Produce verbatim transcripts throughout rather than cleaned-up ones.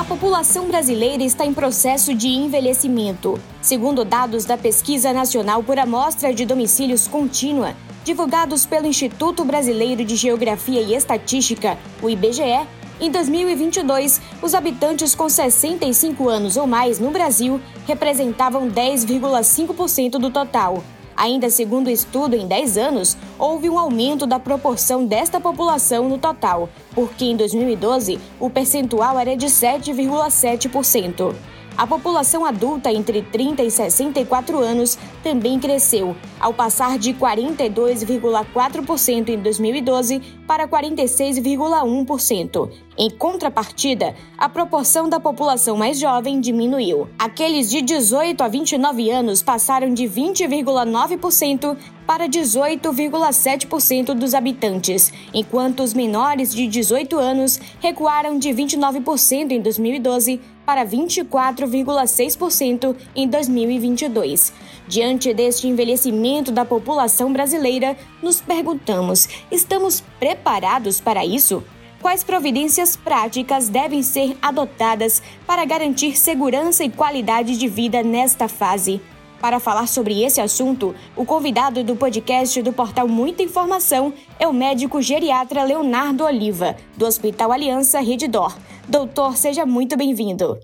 A população brasileira está em processo de envelhecimento. Segundo dados da Pesquisa Nacional por Amostra de Domicílios Contínua, divulgados pelo Instituto Brasileiro de Geografia e Estatística, o I B G E, em dois mil e vinte e dois, os habitantes com sessenta e cinco anos ou mais no Brasil representavam dez vírgula cinco por cento do total. Ainda segundo o estudo, em dez anos, houve um aumento da proporção desta população no total, porque em dois mil e doze o percentual era de sete vírgula sete por cento. A população adulta entre trinta e sessenta e quatro anos também cresceu, ao passar de quarenta e dois vírgula quatro por cento em dois mil e doze para quarenta e seis vírgula um por cento. Em contrapartida, a proporção da população mais jovem diminuiu. Aqueles de dezoito a vinte e nove anos passaram de vinte vírgula nove por cento para dezoito vírgula sete por cento dos habitantes, enquanto os menores de dezoito anos recuaram de vinte e nove por cento em dois mil e doze para vinte e quatro vírgula seis por cento em dois mil e vinte e dois. Diante deste envelhecimento da população brasileira, nos perguntamos: estamos preparados para isso? Quais providências práticas devem ser adotadas para garantir segurança e qualidade de vida nesta fase? Para falar sobre esse assunto, o convidado do podcast do portal Muita Informação é o médico geriatra Leonardo Oliva, do Hospital Aliança Redditor. Doutor, seja muito bem-vindo.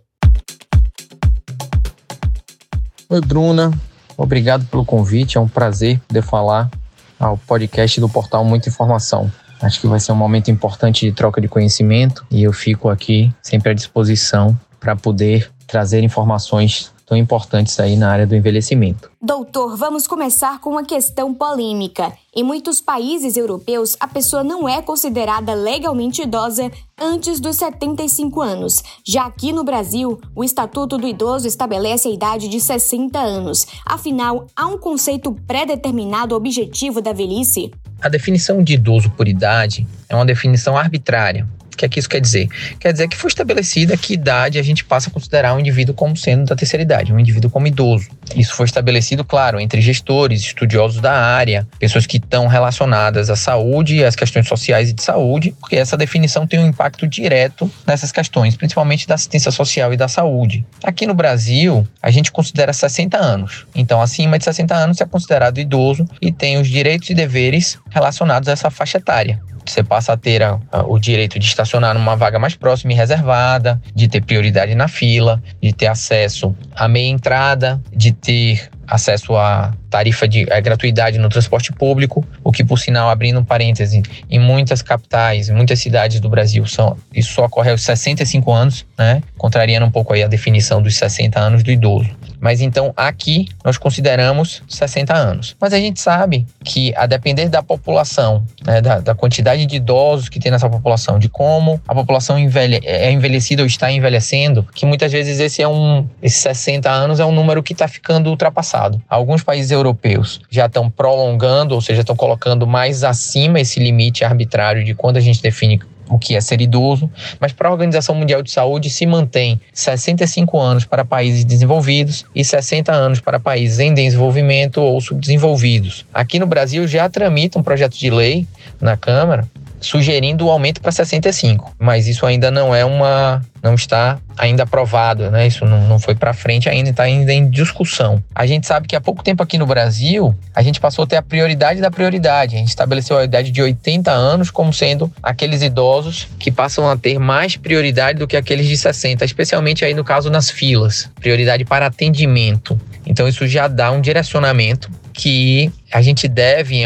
Oi, Bruna. Obrigado pelo convite. É um prazer poder falar ao podcast do portal Muita Informação. Acho que vai ser um momento importante de troca de conhecimento e eu fico aqui sempre à disposição para poder trazer informações tão importantes aí na área do envelhecimento. Doutor, vamos começar com uma questão polêmica. Em muitos países europeus, a pessoa não é considerada legalmente idosa antes dos setenta e cinco anos. Já aqui no Brasil, o Estatuto do Idoso estabelece a idade de sessenta anos. Afinal, há um conceito pré-determinado objetivo da velhice? A definição de idoso por idade é uma definição arbitrária. O que é que isso quer dizer? Quer dizer que foi estabelecida que idade a gente passa a considerar um indivíduo como sendo da terceira idade, um indivíduo como idoso. Isso foi estabelecido, claro, entre gestores, estudiosos da área, pessoas que estão relacionadas à saúde e às questões sociais e de saúde, porque essa definição tem um impacto direto nessas questões, principalmente da assistência social e da saúde. Aqui no Brasil, a gente considera sessenta anos. Então, acima de sessenta anos é considerado idoso e tem os direitos e deveres relacionados a essa faixa etária. Você passa a ter a, a, o direito de estacionar numa vaga mais próxima e reservada, de ter prioridade na fila, de ter acesso à meia entrada, de ter acesso à tarifa de à gratuidade no transporte público, o que, por sinal, abrindo um parêntese, em muitas capitais, em muitas cidades do Brasil, são, isso só ocorre aos sessenta e cinco anos, né? Contrariando um pouco aí a definição dos sessenta anos do idoso. Mas então aqui nós consideramos sessenta anos. Mas a gente sabe que, a depender da população, né, da, da quantidade de idosos que tem nessa população, de como a população envelhe, é envelhecida ou está envelhecendo, que muitas vezes esse é um, esses sessenta anos é um número que está ficando ultrapassado. Alguns países europeus já estão prolongando, ou seja, estão colocando mais acima esse limite arbitrário de quando a gente define o que é ser idoso, mas para a Organização Mundial de Saúde se mantém sessenta e cinco anos para países desenvolvidos e sessenta anos para países em desenvolvimento ou subdesenvolvidos. Aqui no Brasil já tramita um projeto de lei na Câmara sugerindo o aumento para sessenta e cinco, mas isso ainda não é uma, não está ainda aprovado, né? Isso não, não foi para frente ainda, está ainda em discussão. A gente sabe que há pouco tempo aqui no Brasil, a gente passou a ter a prioridade da prioridade. A gente estabeleceu a idade de oitenta anos como sendo aqueles idosos que passam a ter mais prioridade do que aqueles de sessenta, especialmente aí no caso nas filas, prioridade para atendimento. Então isso já dá um direcionamento que a gente deve,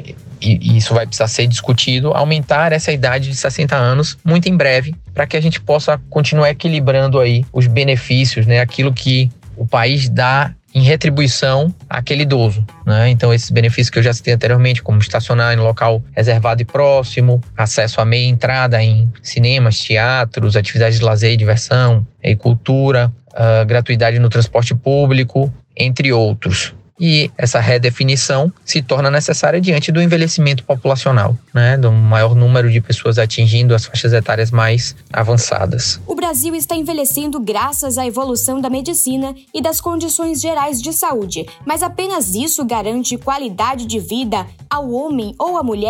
e isso vai precisar ser discutido, aumentar essa idade de sessenta anos muito em breve, para que a gente possa continuar equilibrando aí os benefícios, né, aquilo que o país dá em retribuição àquele idoso, né? Então esses benefícios que eu já citei anteriormente, como estacionar em local reservado e próximo, acesso à meia entrada em cinemas, teatros, atividades de lazer e diversão, e cultura, uh, gratuidade no transporte público, entre outros. E essa redefinição se torna necessária diante do envelhecimento populacional, né, do maior número de pessoas atingindo as faixas etárias mais avançadas. O Brasil está envelhecendo graças à evolução da medicina e das condições gerais de saúde, mas apenas isso garante qualidade de vida ao homem ou à mulher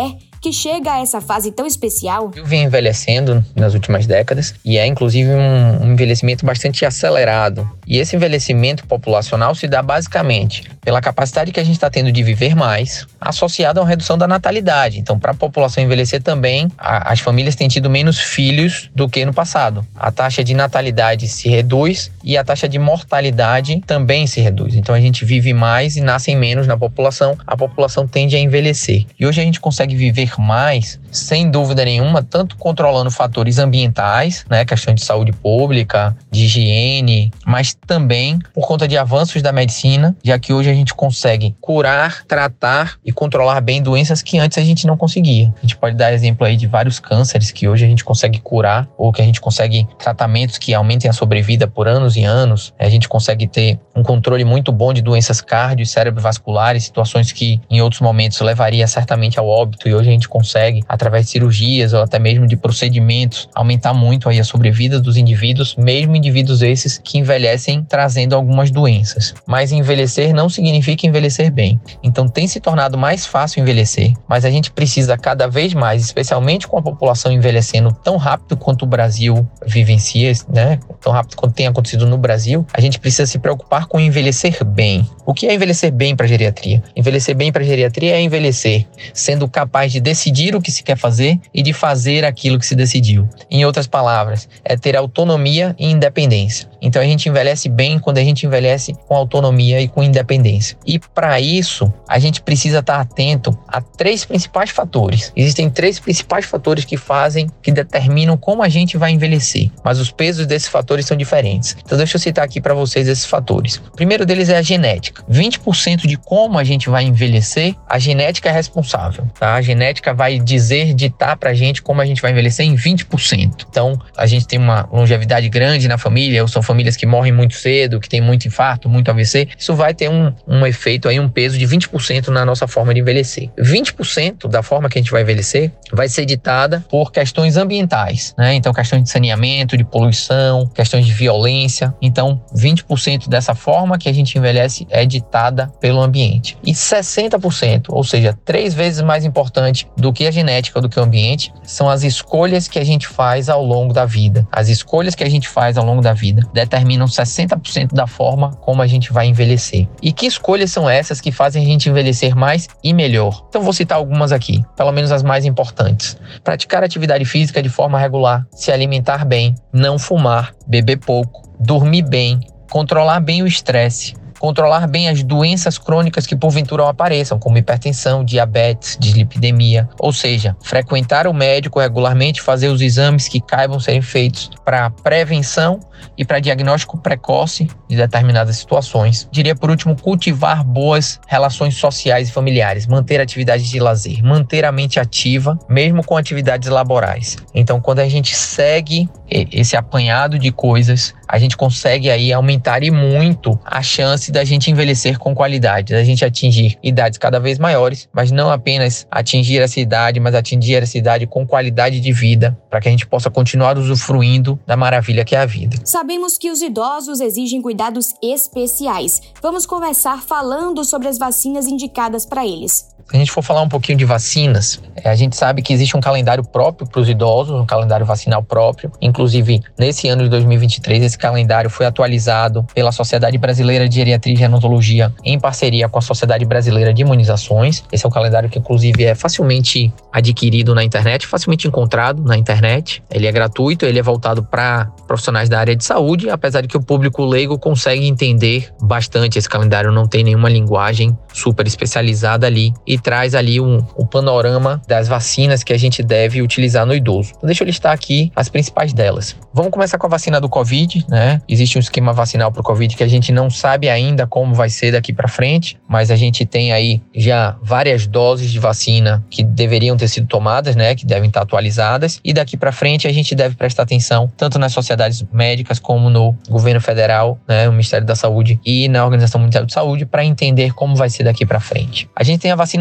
que chega a essa fase tão especial? Eu venho envelhecendo nas últimas décadas e é inclusive um, um envelhecimento bastante acelerado. E esse envelhecimento populacional se dá basicamente pela capacidade que a gente está tendo de viver mais, associada a uma redução da natalidade. Então, para a população envelhecer também, a, as famílias têm tido menos filhos do que no passado. A taxa de natalidade se reduz e a taxa de mortalidade também se reduz. Então, a gente vive mais e nascem menos na população. A população tende a envelhecer. E hoje a gente consegue viver mais, sem dúvida nenhuma, tanto controlando fatores ambientais, né, questão de saúde pública, de higiene, mas também por conta de avanços da medicina, já que hoje a gente consegue curar, tratar e controlar bem doenças que antes a gente não conseguia. A gente pode dar exemplo aí de vários cânceres que hoje a gente consegue curar, ou que a gente consegue tratamentos que aumentem a sobrevida por anos e anos. A gente consegue ter um controle muito bom de doenças cardio e cerebrovasculares, situações que em outros momentos levaria certamente ao óbito, e hoje a gente consegue, através de cirurgias ou até mesmo de procedimentos, aumentar muito aí a sobrevida dos indivíduos, mesmo indivíduos esses que envelhecem trazendo algumas doenças. Mas envelhecer não significa envelhecer bem. Então tem se tornado mais fácil envelhecer, mas a gente precisa cada vez mais, especialmente com a população envelhecendo tão rápido quanto o Brasil vivencia, né? Tão rápido quanto tem acontecido no Brasil, a gente precisa se preocupar com envelhecer bem. O que é envelhecer bem para a geriatria? Envelhecer bem para a geriatria é envelhecer sendo capaz de decidir o que se quer fazer e de fazer aquilo que se decidiu. Em outras palavras, é ter autonomia e independência. Então a gente envelhece bem quando a gente envelhece com autonomia e com independência. E para isso, a gente precisa estar atento a três principais fatores. Existem três principais fatores que fazem, que determinam como a gente vai envelhecer. Mas os pesos desses fatores são diferentes. Então deixa eu citar aqui para vocês esses fatores. O primeiro deles é a genética. vinte por cento de como a gente vai envelhecer, a genética é responsável. Tá? A genética vai dizer, ditar pra gente como a gente vai envelhecer em vinte por cento. Então, a gente tem uma longevidade grande na família, ou são famílias que morrem muito cedo, que tem muito infarto, muito A V C. Isso vai ter um, um efeito aí, um peso de vinte por cento na nossa forma de envelhecer. vinte por cento da forma que a gente vai envelhecer vai ser ditada por questões ambientais, né? Então, questões de saneamento, de poluição, questões de violência. Então, vinte por cento dessa forma que a gente envelhece é ditada pelo ambiente. E sessenta por cento, ou seja, três vezes mais importante do que a genética, do que o ambiente, são as escolhas que a gente faz ao longo da vida. As escolhas que a gente faz ao longo da vida determinam sessenta por cento da forma como a gente vai envelhecer. E que escolhas são essas que fazem a gente envelhecer mais e melhor? Então vou citar algumas aqui, pelo menos as mais importantes. Praticar atividade física de forma regular, se alimentar bem, não fumar, beber pouco, dormir bem, controlar bem o estresse, controlar bem as doenças crônicas que porventura apareçam, como hipertensão, diabetes, dislipidemia. Ou seja, frequentar o médico regularmente, fazer os exames que caibam serem feitos para prevenção e para diagnóstico precoce de determinadas situações. Diria, por último, cultivar boas relações sociais e familiares, manter atividades de lazer, manter a mente ativa, mesmo com atividades laborais. Então, quando a gente segue esse apanhado de coisas, a gente consegue aí aumentar e muito a chance da gente envelhecer com qualidade, da gente atingir idades cada vez maiores, mas não apenas atingir essa idade, mas atingir essa idade com qualidade de vida, para que a gente possa continuar usufruindo da maravilha que é a vida. Sabemos que os idosos exigem cuidados especiais. Vamos conversar falando sobre as vacinas indicadas para eles. Se a gente for falar um pouquinho de vacinas, a gente sabe que existe um calendário próprio para os idosos, um calendário vacinal próprio. Inclusive, nesse ano de dois mil e vinte e três, esse calendário foi atualizado pela Sociedade Brasileira de Geriatria e Gerontologia em parceria com a Sociedade Brasileira de Imunizações. Esse é um calendário que, inclusive, é facilmente adquirido na internet, facilmente encontrado na internet. Ele é gratuito, ele é voltado para profissionais da área de saúde, apesar de que o público leigo consegue entender bastante. Esse calendário não tem nenhuma linguagem super especializada ali e traz ali um, um panorama das vacinas que a gente deve utilizar no idoso. Então, deixa eu listar aqui as principais delas. Vamos começar com a vacina do Covid, né? Existe um esquema vacinal para o Covid que a gente não sabe ainda como vai ser daqui para frente, mas a gente tem aí já várias doses de vacina que deveriam ter sido tomadas, né? Que devem estar atualizadas, e daqui para frente a gente deve prestar atenção tanto nas sociedades médicas como no governo federal, né? O Ministério da Saúde e na Organização Mundial de Saúde, para entender como vai ser daqui para frente. A gente tem a vacina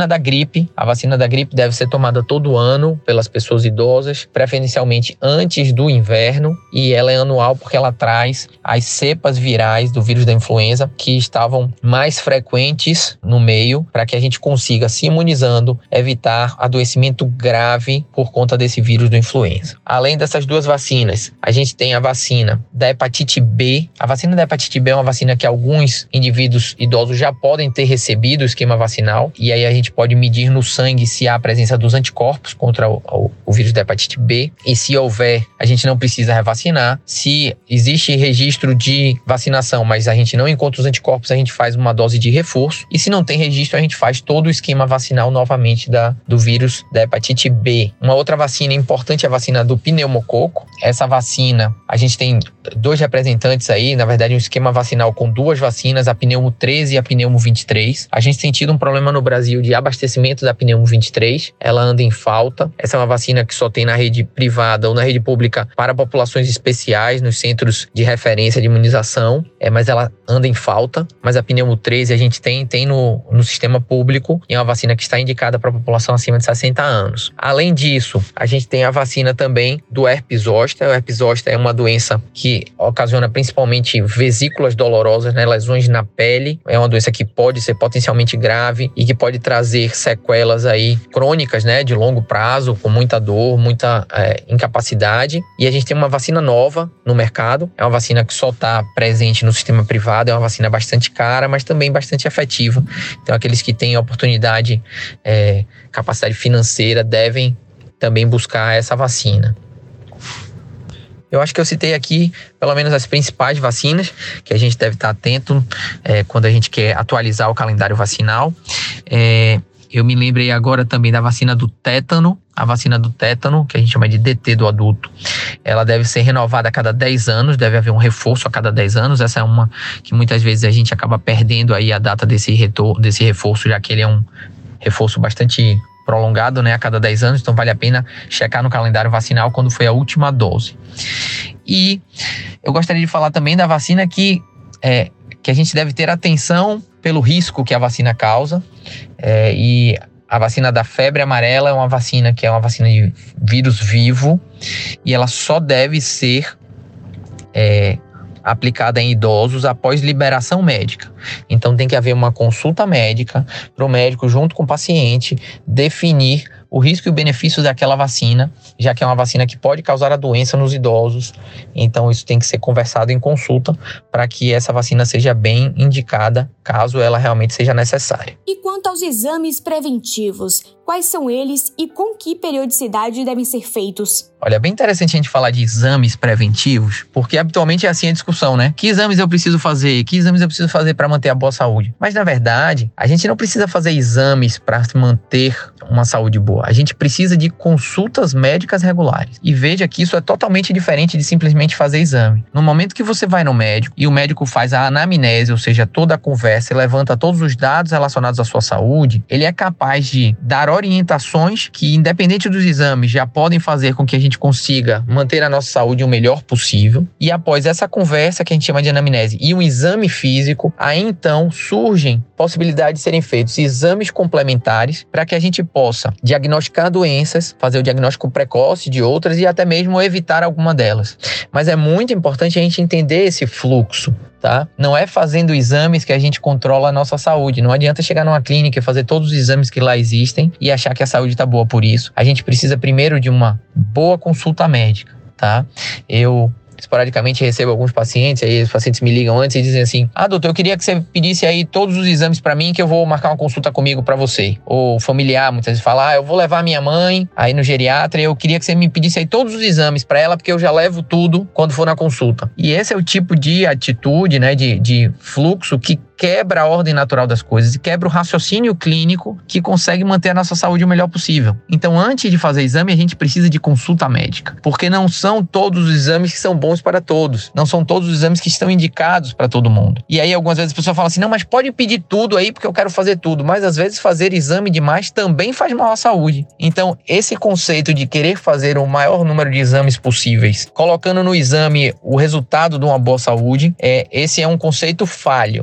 vacina da gripe. A vacina da gripe deve ser tomada todo ano pelas pessoas idosas, preferencialmente antes do inverno, e ela é anual porque ela traz as cepas virais do vírus da influenza que estavam mais frequentes no meio, para que a gente consiga, se imunizando, evitar adoecimento grave por conta desse vírus da influenza. Além dessas duas vacinas, a gente tem a vacina da hepatite B. A vacina da hepatite B é uma vacina que alguns indivíduos idosos já podem ter recebido o esquema vacinal, e aí a gente pode medir no sangue se há a presença dos anticorpos contra o, o, o vírus da hepatite B, e se houver, a gente não precisa revacinar. Se existe registro de vacinação, mas a gente não encontra os anticorpos, a gente faz uma dose de reforço, e se não tem registro, a gente faz todo o esquema vacinal novamente da, do vírus da hepatite B. Uma outra vacina importante é a vacina do pneumococo. Essa vacina, a gente tem dois representantes aí, na verdade um esquema vacinal com duas vacinas, a pneumo treze e a pneumo vinte e três. A gente tem tido um problema no Brasil de abastecimento da pneumo vinte e três, ela anda em falta. Essa é uma vacina que só tem na rede privada ou na rede pública para populações especiais, nos centros de referência de imunização, é, mas ela anda em falta. Mas a pneumo treze a gente tem, tem no, no sistema público, e é uma vacina que está indicada para a população acima de sessenta anos. Além disso, a gente tem a vacina também do herpes zoster. O herpes zoster é uma doença que ocasiona principalmente vesículas dolorosas, né, lesões na pele. É uma doença que pode ser potencialmente grave e que pode trazer sequelas aí crônicas, né, de longo prazo, com muita dor, muita é, incapacidade. E a gente tem uma vacina nova no mercado. É uma vacina que só está presente no sistema privado. É uma vacina bastante cara, mas também bastante efetiva. Então, aqueles que têm oportunidade, é, capacidade financeira, devem também buscar essa vacina. Eu acho que eu citei aqui pelo menos as principais vacinas que a gente deve estar atento é, quando a gente quer atualizar o calendário vacinal. É, eu me lembrei agora também da vacina do tétano. A vacina do tétano, que a gente chama de D T do adulto, ela deve ser renovada a cada dez anos, deve haver um reforço a cada dez anos. Essa é uma que muitas vezes a gente acaba perdendo aí a data desse, retor- desse reforço, já que ele é um reforço bastante prolongado, né, a cada dez anos, então vale a pena checar no calendário vacinal quando foi a última dose. E eu gostaria de falar também da vacina que, é, que a gente deve ter atenção pelo risco que a vacina causa, é, e a vacina da febre amarela é uma vacina que é uma vacina de vírus vivo, e ela só deve ser é, aplicada em idosos após liberação médica. Então tem que haver uma consulta médica para o médico, junto com o paciente, definir o risco e o benefício daquela vacina, já que é uma vacina que pode causar a doença nos idosos. Então isso tem que ser conversado em consulta para que essa vacina seja bem indicada, caso ela realmente seja necessária. E quanto aos exames preventivos, quais são eles e com que periodicidade devem ser feitos? Olha, é bem interessante a gente falar de exames preventivos, porque habitualmente é assim a discussão, né? Que exames eu preciso fazer? Que exames eu preciso fazer para manter a boa saúde? Mas, na verdade, a gente não precisa fazer exames para manter uma saúde boa. A gente precisa de consultas médicas regulares. E veja que isso é totalmente diferente de simplesmente fazer exame. No momento que você vai no médico e o médico faz a anamnese, ou seja, toda a conversa, e levanta todos os dados relacionados à sua saúde, ele é capaz de dar orientações que, independente dos exames, já podem fazer com que a gente consiga manter a nossa saúde o melhor possível. E após essa conversa, que a gente chama de anamnese, e um exame físico, aí então surgem possibilidades de serem feitos exames complementares para que a gente possa diagnosticar doenças, fazer o diagnóstico precoce de outras e até mesmo evitar alguma delas. Mas é muito importante a gente entender esse fluxo, tá? Não é fazendo exames que a gente controla a nossa saúde. Não adianta chegar numa clínica e fazer todos os exames que lá existem e achar que a saúde está boa por isso. A gente precisa primeiro de uma boa consulta médica, tá? Eu esporadicamente recebo alguns pacientes, aí os pacientes me ligam antes e dizem assim: ah, doutor, eu queria que você pedisse aí todos os exames para mim, que eu vou marcar uma consulta comigo para você. Ou familiar, muitas vezes fala: ah, eu vou levar minha mãe aí no geriatra e eu queria que você me pedisse aí todos os exames para ela, porque eu já levo tudo quando for na consulta. E esse é o tipo de atitude, né, de, de fluxo que quebra a ordem natural das coisas e quebra o raciocínio clínico que consegue manter a nossa saúde o melhor possível. Então, antes de fazer exame, a gente precisa de consulta médica, porque não são todos os exames que são bons para todos, não são todos os exames que estão indicados para todo mundo. E aí, algumas vezes a pessoa fala assim: não, mas pode pedir tudo aí, porque eu quero fazer tudo. Mas, às vezes, fazer exame demais também faz mal à saúde. Então, esse conceito de querer fazer o maior número de exames possíveis, colocando no exame o resultado de uma boa saúde, é, esse é um conceito falho, tá?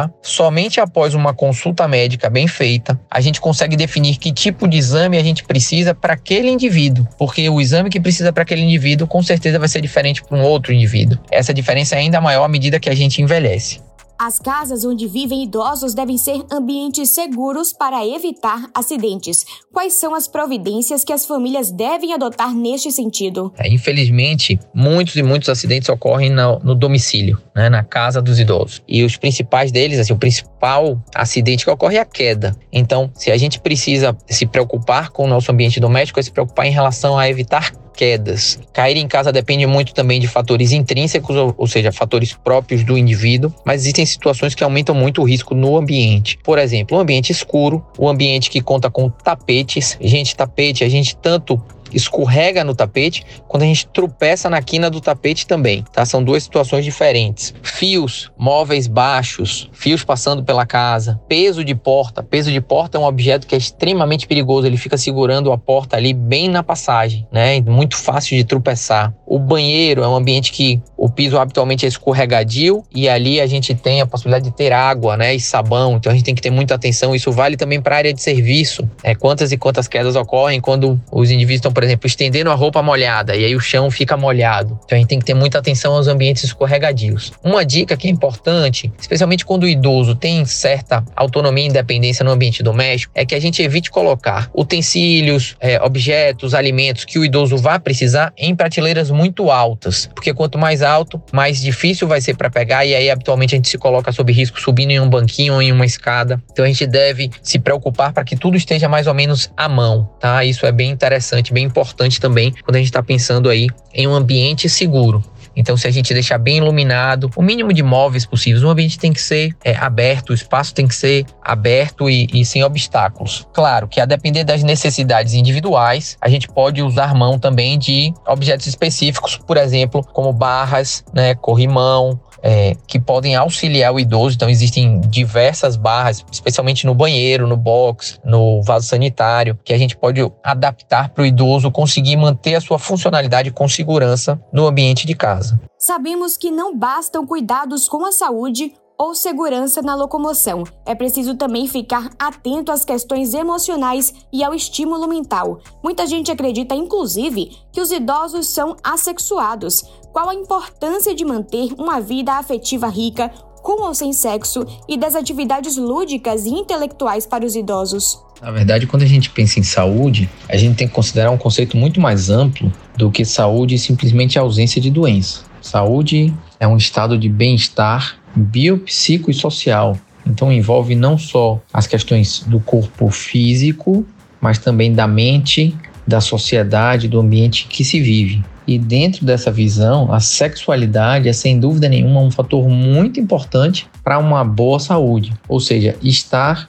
tá? Somente após uma consulta médica bem feita, a gente consegue definir que tipo de exame a gente precisa para aquele indivíduo, porque o exame que precisa para aquele indivíduo com certeza vai ser diferente para um outro indivíduo. Essa diferença é ainda maior à medida que a gente envelhece. As casas onde vivem idosos devem ser ambientes seguros para evitar acidentes. Quais são as providências que as famílias devem adotar neste sentido? É, infelizmente, muitos e muitos acidentes ocorrem no, no domicílio, né, na casa dos idosos. E os principais deles, assim, o principal acidente que ocorre é a queda. Então, se a gente precisa se preocupar com o nosso ambiente doméstico, é se preocupar em relação a evitar quedas. Cair em casa depende muito também de fatores intrínsecos, ou, ou seja, fatores próprios do indivíduo, mas existem situações que aumentam muito o risco no ambiente. Por exemplo, um ambiente escuro, um ambiente que conta com tapetes. Gente, tapete, a gente tanto escorrega no tapete, quando a gente tropeça na quina do tapete também, tá? São duas situações diferentes. Fios, móveis baixos, fios passando pela casa, peso de porta. Peso de porta é um objeto que é extremamente perigoso, ele fica segurando a porta ali bem na passagem, né? Muito fácil de tropeçar. O banheiro é um ambiente que o piso habitualmente é escorregadio e ali a gente tem a possibilidade de ter água, né? E sabão, então a gente tem que ter muita atenção. Isso vale também para a área de serviço. É, quantas e quantas quedas ocorrem quando os indivíduos estão, por exemplo, estendendo a roupa molhada e aí o chão fica molhado. Então a gente tem que ter muita atenção aos ambientes escorregadios. Uma dica que é importante, especialmente quando o idoso tem certa autonomia e independência no ambiente doméstico, é que a gente evite colocar utensílios, é, objetos, alimentos que o idoso vá precisar em prateleiras muito altas, porque quanto mais alto, mais difícil vai ser para pegar e aí habitualmente a gente se coloca sob risco subindo em um banquinho ou em uma escada. Então a gente deve se preocupar para que tudo esteja mais ou menos à mão, tá? Isso é bem interessante, bem importante também quando a gente está pensando aí em um ambiente seguro. Então, se a gente deixar bem iluminado, o mínimo de móveis possíveis, o ambiente tem que ser é, aberto, o espaço tem que ser aberto e, e sem obstáculos. Claro que a depender das necessidades individuais, a gente pode usar mão também de objetos específicos, por exemplo, como barras, né, corrimão, É, que podem auxiliar o idoso. Então existem diversas barras, especialmente no banheiro, no box, no vaso sanitário, que a gente pode adaptar para o idoso conseguir manter a sua funcionalidade com segurança no ambiente de casa. Sabemos que não bastam cuidados com a saúde ou segurança na locomoção. É preciso também ficar atento às questões emocionais e ao estímulo mental. Muita gente acredita, inclusive, que os idosos são assexuados. Qual a importância de manter uma vida afetiva rica, com ou sem sexo, e das atividades lúdicas e intelectuais para os idosos? Na verdade, quando a gente pensa em saúde, a gente tem que considerar um conceito muito mais amplo do que saúde e simplesmente a ausência de doença. Saúde é um estado de bem-estar bio, psico e social. Então envolve não só as questões do corpo físico, mas também da mente, da sociedade, do ambiente que se vive. E dentro dessa visão, a sexualidade é sem dúvida nenhuma um fator muito importante para uma boa saúde. Ou seja, estar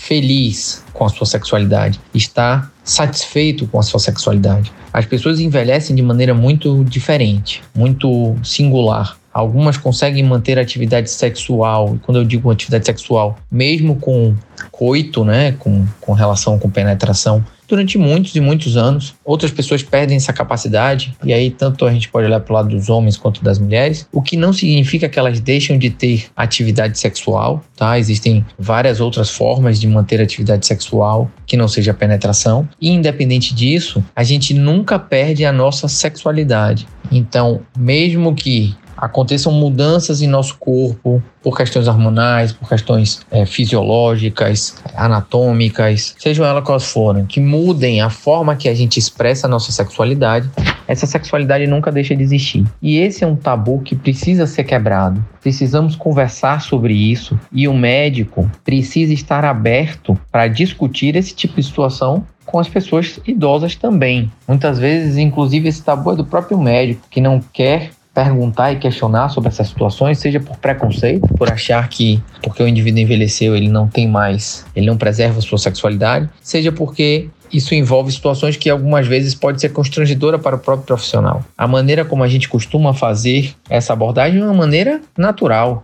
feliz com a sua sexualidade, estar satisfeito com a sua sexualidade. As pessoas envelhecem de maneira muito diferente, muito singular. Algumas conseguem manter a atividade sexual, e quando eu digo atividade sexual, mesmo com coito, né, com, com relação com penetração, durante muitos e muitos anos. Outras pessoas perdem essa capacidade, e aí tanto a gente pode olhar para o lado dos homens quanto das mulheres, o que não significa que elas deixam de ter atividade sexual, tá? Existem várias outras formas de manter a atividade sexual que não seja a penetração, e independente disso, a gente nunca perde a nossa sexualidade. Então, mesmo que aconteçam mudanças em nosso corpo por questões hormonais, por questões é, fisiológicas, anatômicas, sejam elas quais forem, que mudem a forma que a gente expressa a nossa sexualidade, essa sexualidade nunca deixa de existir. E esse é um tabu que precisa ser quebrado. Precisamos conversar sobre isso e o médico precisa estar aberto para discutir esse tipo de situação com as pessoas idosas também. Muitas vezes, inclusive, esse tabu é do próprio médico, que não quer perguntar e questionar sobre essas situações, seja por preconceito, por achar que porque o indivíduo envelheceu ele não tem mais, ele não preserva a sua sexualidade, seja porque isso envolve situações que algumas vezes pode ser constrangedora para o próprio profissional. A maneira como a gente costuma fazer essa abordagem é uma maneira natural.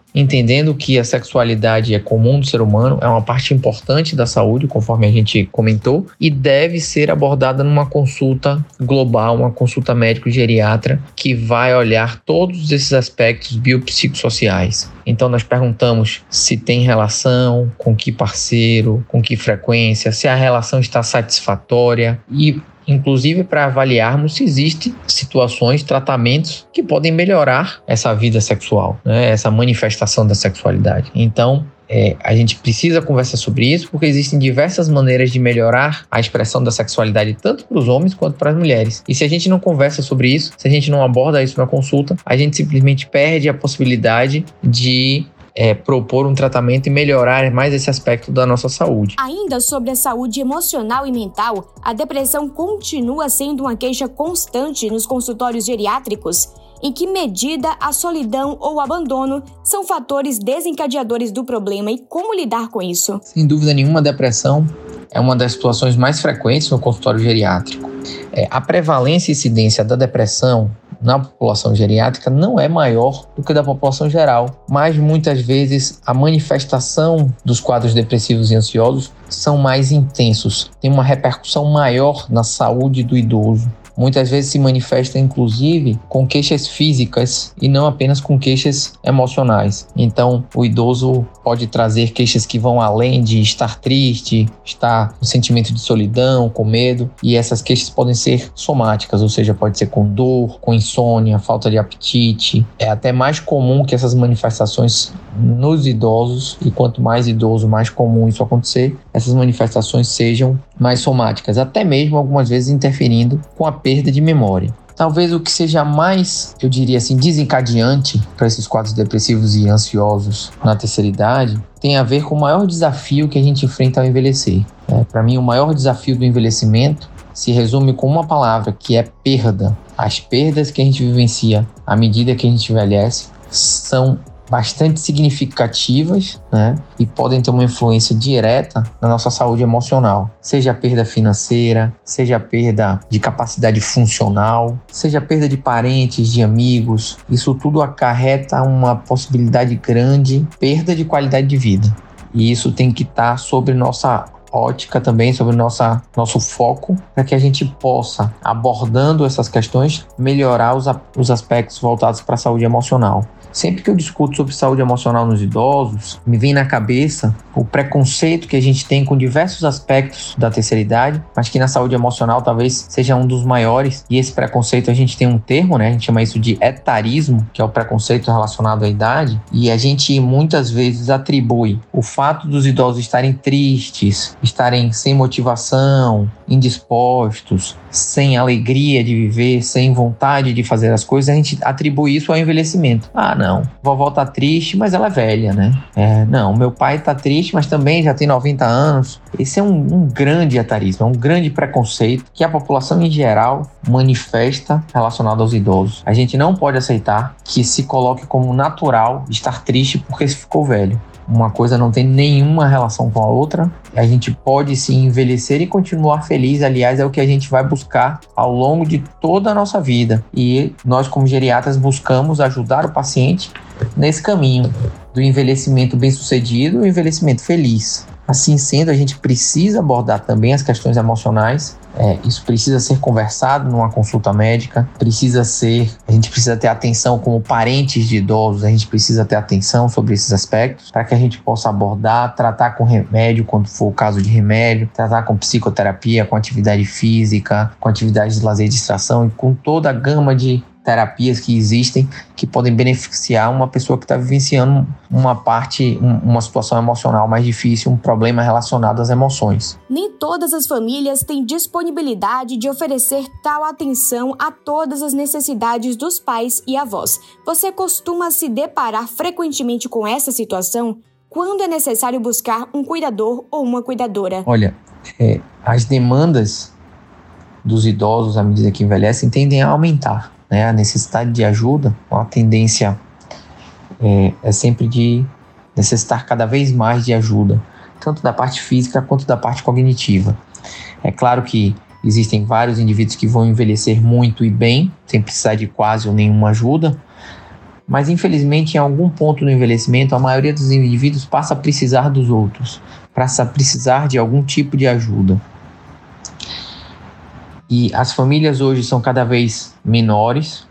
entendendo que a sexualidade é comum do ser humano, é uma parte importante da saúde, conforme a gente comentou, e deve ser abordada numa consulta global, uma consulta médico-geriatra, que vai olhar todos esses aspectos biopsicossociais. Então nós perguntamos se tem relação, com que parceiro, com que frequência, se a relação está satisfatória e inclusive para avaliarmos se existem situações, tratamentos que podem melhorar essa vida sexual, né? Essa manifestação da sexualidade. Então, é, a gente precisa conversar sobre isso porque existem diversas maneiras de melhorar a expressão da sexualidade tanto para os homens quanto para as mulheres. E se a gente não conversa sobre isso, se a gente não aborda isso na consulta, a gente simplesmente perde a possibilidade de É, propor um tratamento e melhorar mais esse aspecto da nossa saúde. Ainda sobre a saúde emocional e mental, a depressão continua sendo uma queixa constante nos consultórios geriátricos. Em que medida a solidão ou o abandono são fatores desencadeadores do problema e como lidar com isso? Sem dúvida nenhuma, a depressão é uma das situações mais frequentes no consultório geriátrico. É, a prevalência e incidência da depressão na população geriátrica não é maior do que da população geral, mas muitas vezes a manifestação dos quadros depressivos e ansiosos são mais intensos, tem uma repercussão maior na saúde do idoso. Muitas vezes se manifesta, inclusive, com queixas físicas e não apenas com queixas emocionais. Então, o idoso pode trazer queixas que vão além de estar triste, estar com sentimento de solidão, com medo, e essas queixas podem ser somáticas, ou seja, pode ser com dor, com insônia, falta de apetite. É até mais comum que essas manifestações nos idosos, e quanto mais idoso, mais comum isso acontecer, essas manifestações sejam mais somáticas, até mesmo algumas vezes interferindo com a perda de memória. Talvez o que seja mais, eu diria assim, desencadeante para esses quadros depressivos e ansiosos na terceira idade tem a ver com o maior desafio que a gente enfrenta ao envelhecer. É, para mim, o maior desafio do envelhecimento se resume com uma palavra, que é perda. As perdas que a gente vivencia à medida que a gente envelhece são bastante significativas, né? E podem ter uma influência direta na nossa saúde emocional. Seja a perda financeira, seja a perda de capacidade funcional, seja a perda de parentes, de amigos. Isso tudo acarreta uma possibilidade grande, perda de qualidade de vida. E isso tem que estar sobre nossa ótica também, sobre nossa, nosso foco, para que a gente possa, abordando essas questões, melhorar os, os aspectos voltados para a saúde emocional. Sempre que eu discuto sobre saúde emocional nos idosos, me vem na cabeça o preconceito que a gente tem com diversos aspectos da terceira idade, mas que na saúde emocional talvez seja um dos maiores. E esse preconceito, a gente tem um termo, né? A gente chama isso de etarismo, que é o preconceito relacionado à idade, e a gente muitas vezes atribui o fato dos idosos estarem tristes, estarem sem motivação, indispostos, sem alegria de viver, sem vontade de fazer as coisas, a gente atribui isso ao envelhecimento. Ah, não, vovó tá triste, mas ela é velha, né? É, não, meu pai tá triste, mas também já tem noventa anos. Esse é um, um grande etarismo, é um grande preconceito que a população em geral manifesta relacionado aos idosos. A gente não pode aceitar que se coloque como natural estar triste porque se ficou velho. Uma coisa não tem nenhuma relação com a outra. A gente pode sim envelhecer e continuar feliz. Aliás, é o que a gente vai buscar ao longo de toda a nossa vida. E nós, como geriatras, buscamos ajudar o paciente nesse caminho do envelhecimento bem-sucedido e o envelhecimento feliz. Assim sendo, a gente precisa abordar também as questões emocionais. É, isso precisa ser conversado numa consulta médica, precisa ser, a gente precisa ter atenção como parentes de idosos, a gente precisa ter atenção sobre esses aspectos para que a gente possa abordar, tratar com remédio, quando for o caso de remédio, tratar com psicoterapia, com atividade física, com atividades de lazer e distração e com toda a gama de terapias que existem que podem beneficiar uma pessoa que está vivenciando uma parte, uma situação emocional mais difícil, um problema relacionado às emoções. Nem todas as famílias têm disponibilidade de oferecer tal atenção a todas as necessidades dos pais e avós. Você costuma se deparar frequentemente com essa situação? Quando é necessário buscar um cuidador ou uma cuidadora? Olha, é, as demandas dos idosos à medida que envelhecem tendem a aumentar. Né, a necessidade de ajuda, a tendência é, é sempre de necessitar cada vez mais de ajuda, tanto da parte física quanto da parte cognitiva. É claro que existem vários indivíduos que vão envelhecer muito e bem, sem precisar de quase ou nenhuma ajuda, Mas, infelizmente, em algum ponto do envelhecimento, a maioria dos indivíduos passa a precisar dos outros, passa a precisar de algum tipo de ajuda. E as famílias hoje são cada vez menores.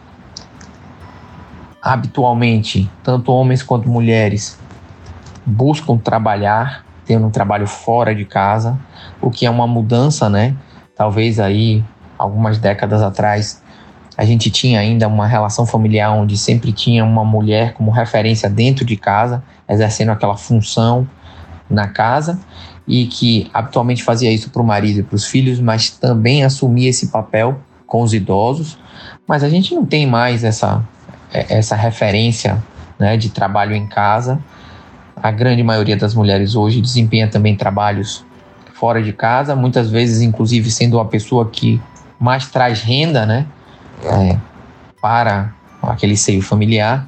Habitualmente, tanto homens quanto mulheres buscam trabalhar, tendo um trabalho fora de casa, o que é uma mudança, né? Talvez aí, algumas décadas atrás, a gente tinha ainda uma relação familiar onde sempre tinha uma mulher como referência dentro de casa, exercendo aquela função na casa, e que habitualmente fazia isso para o marido e para os filhos, mas também assumia esse papel com os idosos. Mas a gente não tem mais essa, essa referência, né, de trabalho em casa. A grande maioria das mulheres hoje desempenha também trabalhos fora de casa, muitas vezes inclusive sendo uma pessoa que mais traz renda, né, É, para aquele seio familiar.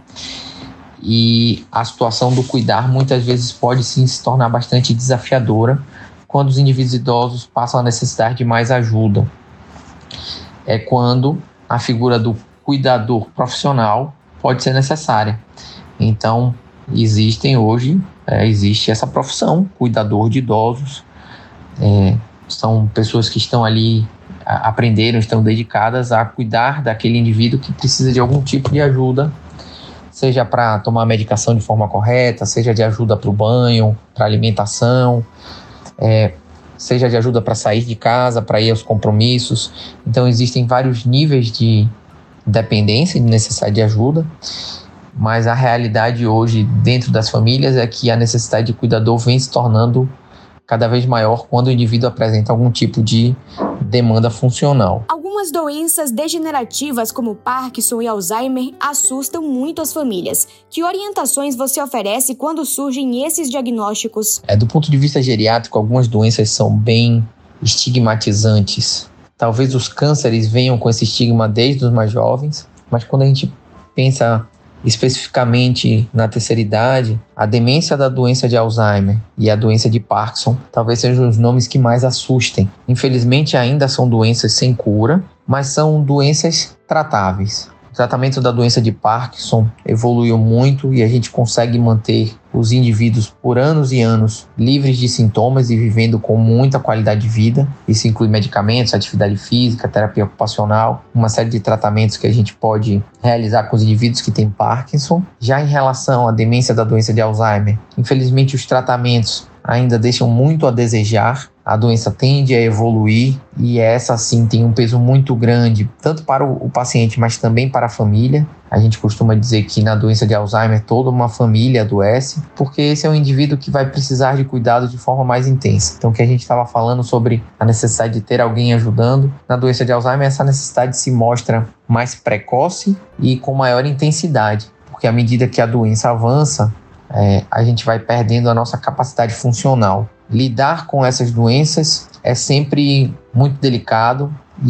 E a situação do cuidar muitas vezes pode sim se tornar bastante desafiadora quando os indivíduos idosos passam a necessitar de mais ajuda. É quando a figura do cuidador profissional pode ser necessária. Então, existem hoje, é, existe essa profissão, cuidador de idosos. É, são pessoas que estão ali aprenderam, estão dedicadas a cuidar daquele indivíduo que precisa de algum tipo de ajuda, seja para tomar a medicação de forma correta, seja de ajuda para o banho, para alimentação, é, seja de ajuda para sair de casa, para ir aos compromissos. Então existem vários níveis de dependência e de necessidade de ajuda, mas a realidade hoje dentro das famílias é que a necessidade de cuidador vem se tornando cada vez maior quando o indivíduo apresenta algum tipo de demanda funcional. Algumas doenças degenerativas como Parkinson e Alzheimer assustam muito as famílias. Que orientações você oferece quando surgem esses diagnósticos? É, do ponto de vista geriátrico, algumas doenças são bem estigmatizantes. Talvez os cânceres venham com esse estigma desde os mais jovens, mas quando a gente pensa especificamente na terceira idade, a demência da doença de Alzheimer e a doença de Parkinson talvez sejam os nomes que mais assustem. Infelizmente ainda são doenças sem cura, mas são doenças tratáveis. O tratamento da doença de Parkinson evoluiu muito e a gente consegue manter os indivíduos por anos e anos livres de sintomas e vivendo com muita qualidade de vida. Isso inclui medicamentos, atividade física, terapia ocupacional, uma série de tratamentos que a gente pode realizar com os indivíduos que têm Parkinson. Já em relação à demência da doença de Alzheimer, infelizmente os tratamentos ainda deixam muito a desejar. A doença tende a evoluir e essa sim tem um peso muito grande, tanto para o paciente, mas também para a família. A gente costuma dizer que na doença de Alzheimer toda uma família adoece, porque esse é um indivíduo que vai precisar de cuidado de forma mais intensa. Então, o que a gente estava falando sobre a necessidade de ter alguém ajudando, na doença de Alzheimer essa necessidade se mostra mais precoce e com maior intensidade, porque à medida que a doença avança, é, a gente vai perdendo a nossa capacidade funcional. Lidar com essas doenças é sempre muito delicado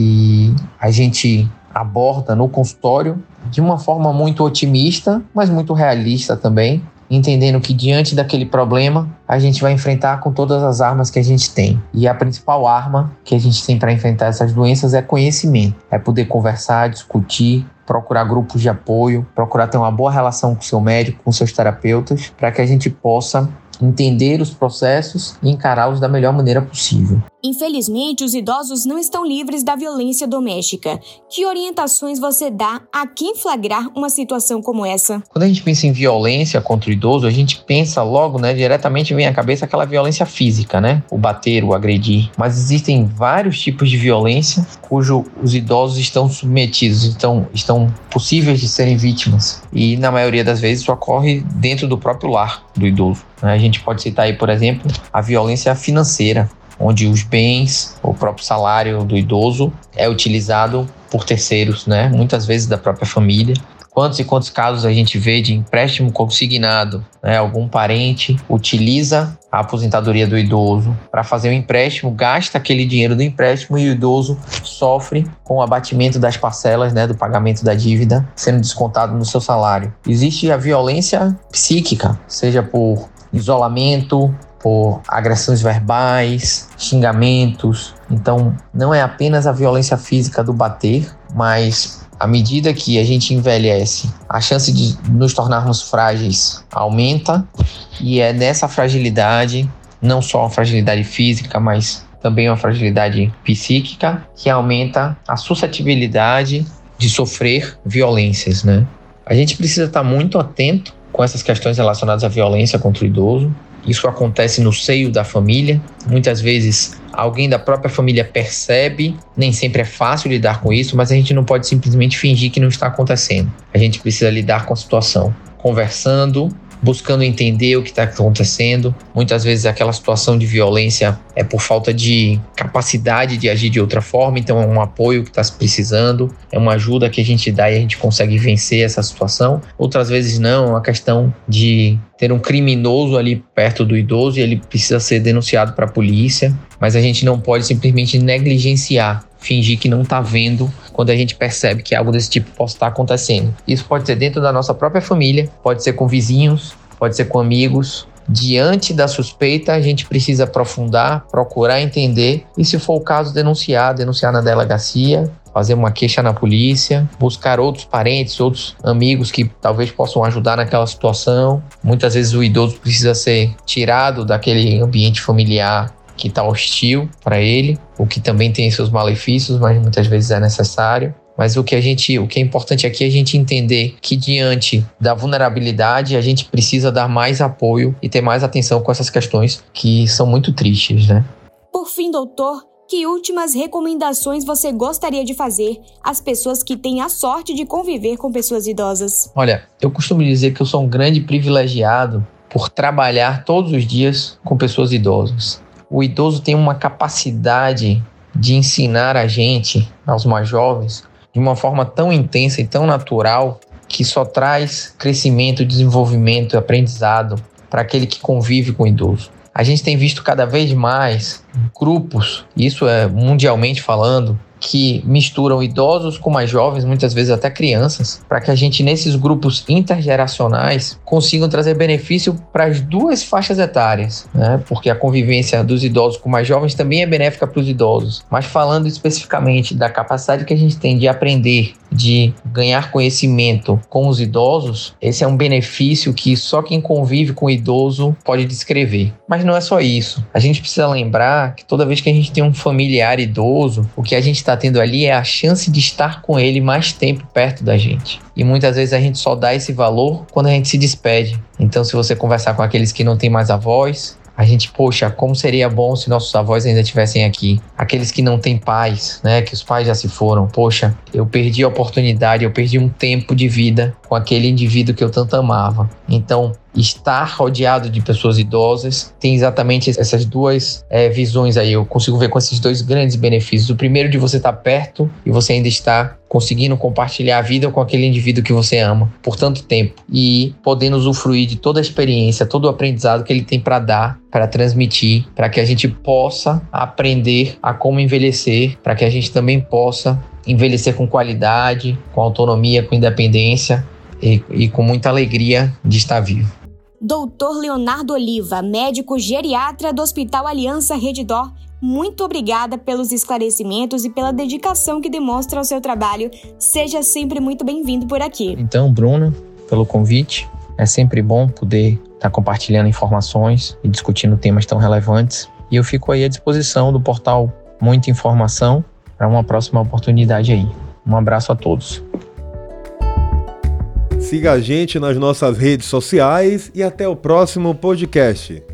e a gente aborda no consultório de uma forma muito otimista, mas muito realista também, entendendo que diante daquele problema a gente vai enfrentar com todas as armas que a gente tem. E a principal arma que a gente tem para enfrentar essas doenças é conhecimento, é poder conversar, discutir, procurar grupos de apoio, procurar ter uma boa relação com o seu médico, com seus terapeutas, para que a gente possa entender os processos e encará-los da melhor maneira possível. Infelizmente, os idosos não estão livres da violência doméstica. Que orientações você dá a quem flagrar uma situação como essa? Quando a gente pensa em violência contra o idoso, a gente pensa logo, né, diretamente vem à cabeça aquela violência física, né? O bater, o agredir. Mas existem vários tipos de violência cujo os idosos estão submetidos, estão, estão possíveis de serem vítimas. E na maioria das vezes isso ocorre dentro do próprio lar do idoso. A gente pode citar aí, por exemplo, a violência financeira, onde os bens, o próprio salário do idoso é utilizado por terceiros, né? Muitas vezes da própria família. Quantos e quantos casos a gente vê de empréstimo consignado, né? Algum parente utiliza a aposentadoria do idoso para fazer um empréstimo, gasta aquele dinheiro do empréstimo e o idoso sofre com o abatimento das parcelas, né, do pagamento da dívida, sendo descontado no seu salário. Existe a violência psíquica, seja por isolamento, por agressões verbais, xingamentos. Então, não é apenas a violência física do bater, mas À medida que a gente envelhece, a chance de nos tornarmos frágeis aumenta, e é nessa fragilidade, não só uma fragilidade física, mas também uma fragilidade psíquica, que aumenta a suscetibilidade de sofrer violências, né? A gente precisa estar muito atento com essas questões relacionadas à violência contra o idoso. Isso acontece no seio da família. Muitas vezes alguém da própria família percebe, nem sempre é fácil lidar com isso, mas a gente não pode simplesmente fingir que não está acontecendo. A gente precisa lidar com a situação, conversando, buscando entender o que está acontecendo. Muitas vezes aquela situação de violência é por falta de capacidade de agir de outra forma, então é um apoio que está precisando, é uma ajuda que a gente dá e a gente consegue vencer essa situação. Outras vezes não, é uma questão de ter um criminoso ali perto do idoso e ele precisa ser denunciado para a polícia, mas a gente não pode simplesmente negligenciar, fingir que não está vendo quando a gente percebe que algo desse tipo possa estar acontecendo. Isso pode ser dentro da nossa própria família, pode ser com vizinhos, pode ser com amigos. Diante da suspeita, a gente precisa aprofundar, procurar entender e, se for o caso, denunciar, denunciar na delegacia, fazer uma queixa na polícia, buscar outros parentes, outros amigos que talvez possam ajudar naquela situação. Muitas vezes o idoso precisa ser tirado daquele ambiente familiar que está hostil para ele, o que também tem seus malefícios, mas muitas vezes é necessário. Mas o que, a gente, o que é importante aqui é a gente entender que, diante da vulnerabilidade, a gente precisa dar mais apoio e ter mais atenção com essas questões que são muito tristes, né? Por fim, doutor, que últimas recomendações você gostaria de fazer às pessoas que têm a sorte de conviver com pessoas idosas? Olha, eu costumo dizer que eu sou um grande privilegiado por trabalhar todos os dias com pessoas idosas. O idoso tem uma capacidade de ensinar a gente, aos mais jovens, de uma forma tão intensa e tão natural, que só traz crescimento, desenvolvimento e aprendizado para aquele que convive com o idoso. A gente tem visto cada vez mais grupos, isso é mundialmente falando, que misturam idosos com mais jovens, muitas vezes até crianças, para que a gente, nesses grupos intergeracionais, consigam trazer benefício para as duas faixas etárias, né? Porque a convivência dos idosos com mais jovens também é benéfica para os idosos. Mas falando especificamente da capacidade que a gente tem de aprender, de ganhar conhecimento com os idosos, esse é um benefício que só quem convive com o idoso pode descrever. Mas não é só isso. A gente precisa lembrar que toda vez que a gente tem um familiar idoso, o que a gente está tendo ali é a chance de estar com ele mais tempo perto da gente. E muitas vezes a gente só dá esse valor quando a gente se despede. Então, se você conversar com aqueles que não têm mais avós, a gente, poxa, como seria bom se nossos avós ainda estivessem aqui. Aqueles que não têm pais, né, que os pais já se foram. Poxa, eu perdi a oportunidade, eu perdi um tempo de vida com aquele indivíduo que eu tanto amava. Então, estar rodeado de pessoas idosas tem exatamente essas duas é, visões aí. Eu consigo ver com esses dois grandes benefícios. O primeiro, de você estar perto e você ainda estar conseguindo compartilhar a vida com aquele indivíduo que você ama por tanto tempo e podendo usufruir de toda a experiência, todo o aprendizado que ele tem para dar, para transmitir, para que a gente possa aprender a como envelhecer, para que a gente também possa envelhecer com qualidade, com autonomia, com independência e, e com muita alegria de estar vivo. doutor Leonardo Oliva, médico geriatra do Hospital Aliança Redditor, muito obrigada pelos esclarecimentos e pela dedicação que demonstra ao seu trabalho. Seja sempre muito bem-vindo por aqui. Então, Bruno, pelo convite. É sempre bom poder estar compartilhando informações e discutindo temas tão relevantes. E eu fico aí à disposição do portal Muita Informação para uma próxima oportunidade aí. Um abraço a todos. Siga a gente nas nossas redes sociais e até o próximo podcast.